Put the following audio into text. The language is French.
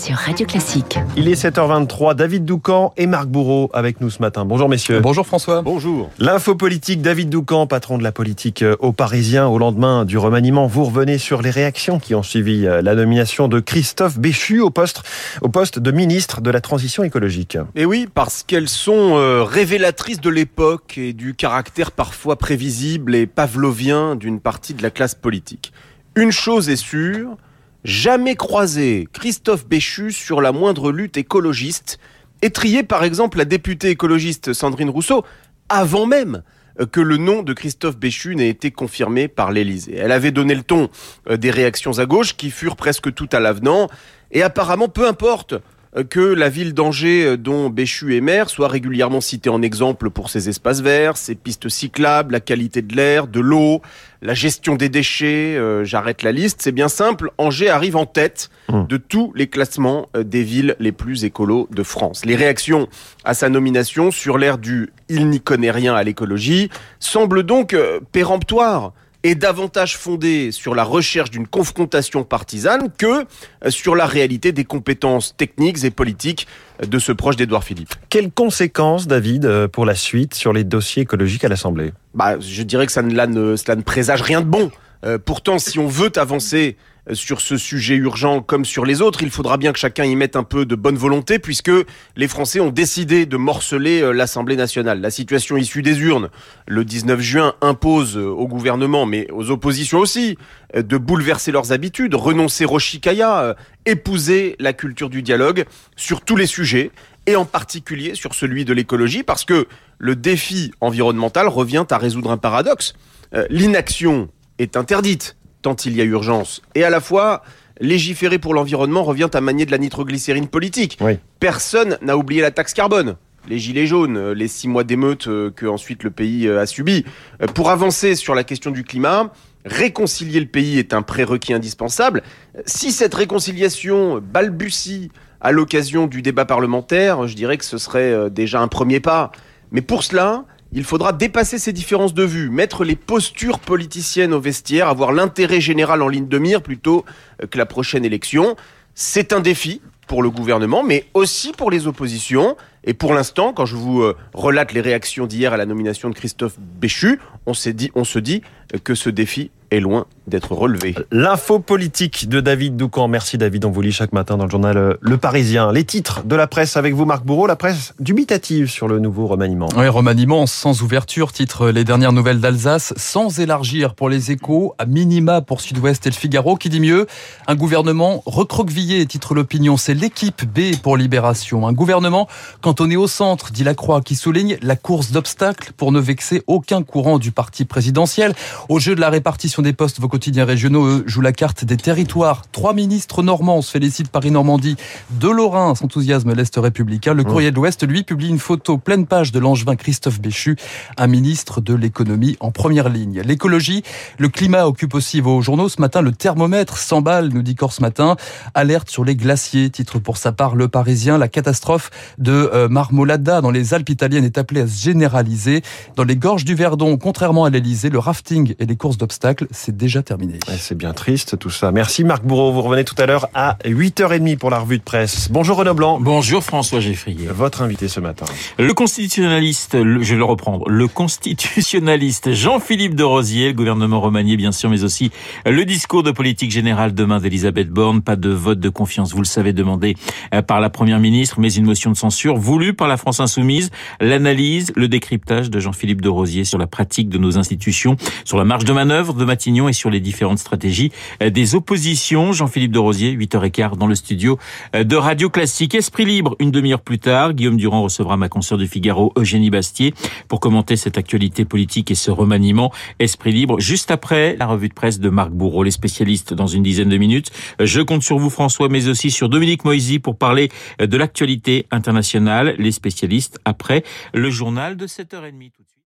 sur Radio Classique. Il est 7h23, David Doucan et Marc Bourreau avec nous ce matin. Bonjour messieurs. Bonjour François. Bonjour. L'info politique, David Doucan, patron de la politique au Parisien, au lendemain du remaniement. Vous revenez sur les réactions qui ont suivi la nomination de Christophe Béchu au poste de ministre de la Transition écologique. Et oui, parce qu'elles sont révélatrices de l'époque et du caractère parfois prévisible et pavlovien d'une partie de la classe politique. Une chose est sûre, jamais croisé Christophe Béchu sur la moindre lutte écologiste, étrié par exemple la députée écologiste Sandrine Rousseau, avant même que le nom de Christophe Béchu n'ait été confirmé par l'Élysée. Elle avait donné le ton des réactions à gauche qui furent presque toutes à l'avenant, et apparemment peu importe que la ville d'Angers dont Béchu est maire soit régulièrement citée en exemple pour ses espaces verts, ses pistes cyclables, la qualité de l'air, de l'eau, la gestion des déchets, j'arrête la liste, c'est bien simple, Angers arrive en tête de tous les classements des villes les plus écolos de France. Les réactions à sa nomination sur l'air du « il n'y connaît rien à l'écologie » semblent donc péremptoires et davantage fondée sur la recherche d'une confrontation partisane que sur la réalité des compétences techniques et politiques de ce proche d'Édouard Philippe. Quelles conséquences, David, pour la suite sur les dossiers écologiques à l'Assemblée ? Je dirais que cela ne présage rien de bon. Pourtant, si on veut avancer sur ce sujet urgent comme sur les autres, il faudra bien que chacun y mette un peu de bonne volonté puisque les Français ont décidé de morceler l'Assemblée nationale. La situation issue des urnes, le 19 juin, impose au gouvernement, mais aux oppositions aussi, de bouleverser leurs habitudes, renoncer au chicaya, épouser la culture du dialogue sur tous les sujets et en particulier sur celui de l'écologie parce que le défi environnemental revient à résoudre un paradoxe. L'inaction est interdite tant il y a urgence. Et à la fois, légiférer pour l'environnement revient à manier de la nitroglycérine politique. Oui. Personne n'a oublié la taxe carbone. Les gilets jaunes, les 6 mois d'émeute que ensuite le pays a subi. Pour avancer sur la question du climat, réconcilier le pays est un prérequis indispensable. Si cette réconciliation balbutie à l'occasion du débat parlementaire, je dirais que ce serait déjà un premier pas. Mais pour cela, il faudra dépasser ces différences de vue, mettre les postures politiciennes au vestiaire, avoir l'intérêt général en ligne de mire plutôt que la prochaine élection. C'est un défi pour le gouvernement, mais aussi pour les oppositions. Et pour l'instant, quand je vous relate les réactions d'hier à la nomination de Christophe Béchu, on se dit que ce défi est loin d'être relevé. L'info politique de David Doucan. Merci David, on vous lit chaque matin dans le journal Le Parisien. Les titres de la presse avec vous Marc Bourreau, la presse dubitative sur le nouveau remaniement. Oui, remaniement sans ouverture, titre les dernières nouvelles d'Alsace, sans élargir pour les Échos, à minima pour Sud-Ouest et le Figaro. Qui dit mieux ? Un gouvernement recroquevillé, titre l'Opinion, c'est l'équipe B pour Libération. Un gouvernement cantonné au centre, dit La Croix, qui souligne la course d'obstacles pour ne vexer aucun courant du parti présidentiel. Au jeu de la répartition des postes, vos quotidiens régionaux, eux, jouent la carte des territoires. 3 ministres normands se félicitent Paris-Normandie. De Lorrain s'enthousiasme l'Est républicain. Le Courrier de l'Ouest, lui, publie une photo pleine page de l'angevin Christophe Béchu, un ministre de l'économie en première ligne. L'écologie, le climat occupe aussi vos journaux. Ce matin, le thermomètre s'emballe, nous dit Corse ce matin. Alerte sur les glaciers, titre pour sa part Le Parisien. La catastrophe de Marmolada dans les Alpes italiennes est appelée à se généraliser. Dans les gorges du Verdon, contrairement à l'Elysée, le rafting et les courses d'obstacles, c'est déjà terminé. C'est bien triste tout ça. Merci Marc Bourreau. Vous revenez tout à l'heure à 8h30 pour la revue de presse. Bonjour Renaud Blanc. Bonjour François Geffrier. Votre invité ce matin. Le constitutionnaliste, je vais le reprendre, le constitutionnaliste Jean-Philippe de Rosier, le gouvernement remanié bien sûr, mais aussi le discours de politique générale demain d'Elisabeth Borne. Pas de vote de confiance, vous le savez, demandé par la Première ministre, mais une motion de censure voulue par la France Insoumise. L'analyse, le décryptage de Jean-Philippe de Rosier sur la pratique de nos institutions, sur la marge de manœuvre de Matignon et sur les différentes stratégies des oppositions. Jean-Philippe de Rosier, 8h15 dans le studio de Radio Classique. Esprit libre, une demi-heure plus tard. Guillaume Durand recevra ma consoeur du Figaro, Eugénie Bastier, pour commenter cette actualité politique et ce remaniement. Esprit libre, juste après la revue de presse de Marc Bourreau, les spécialistes dans une dizaine de minutes. Je compte sur vous François, mais aussi sur Dominique Moisy pour parler de l'actualité internationale. Les spécialistes après le journal de 7h30 tout de suite.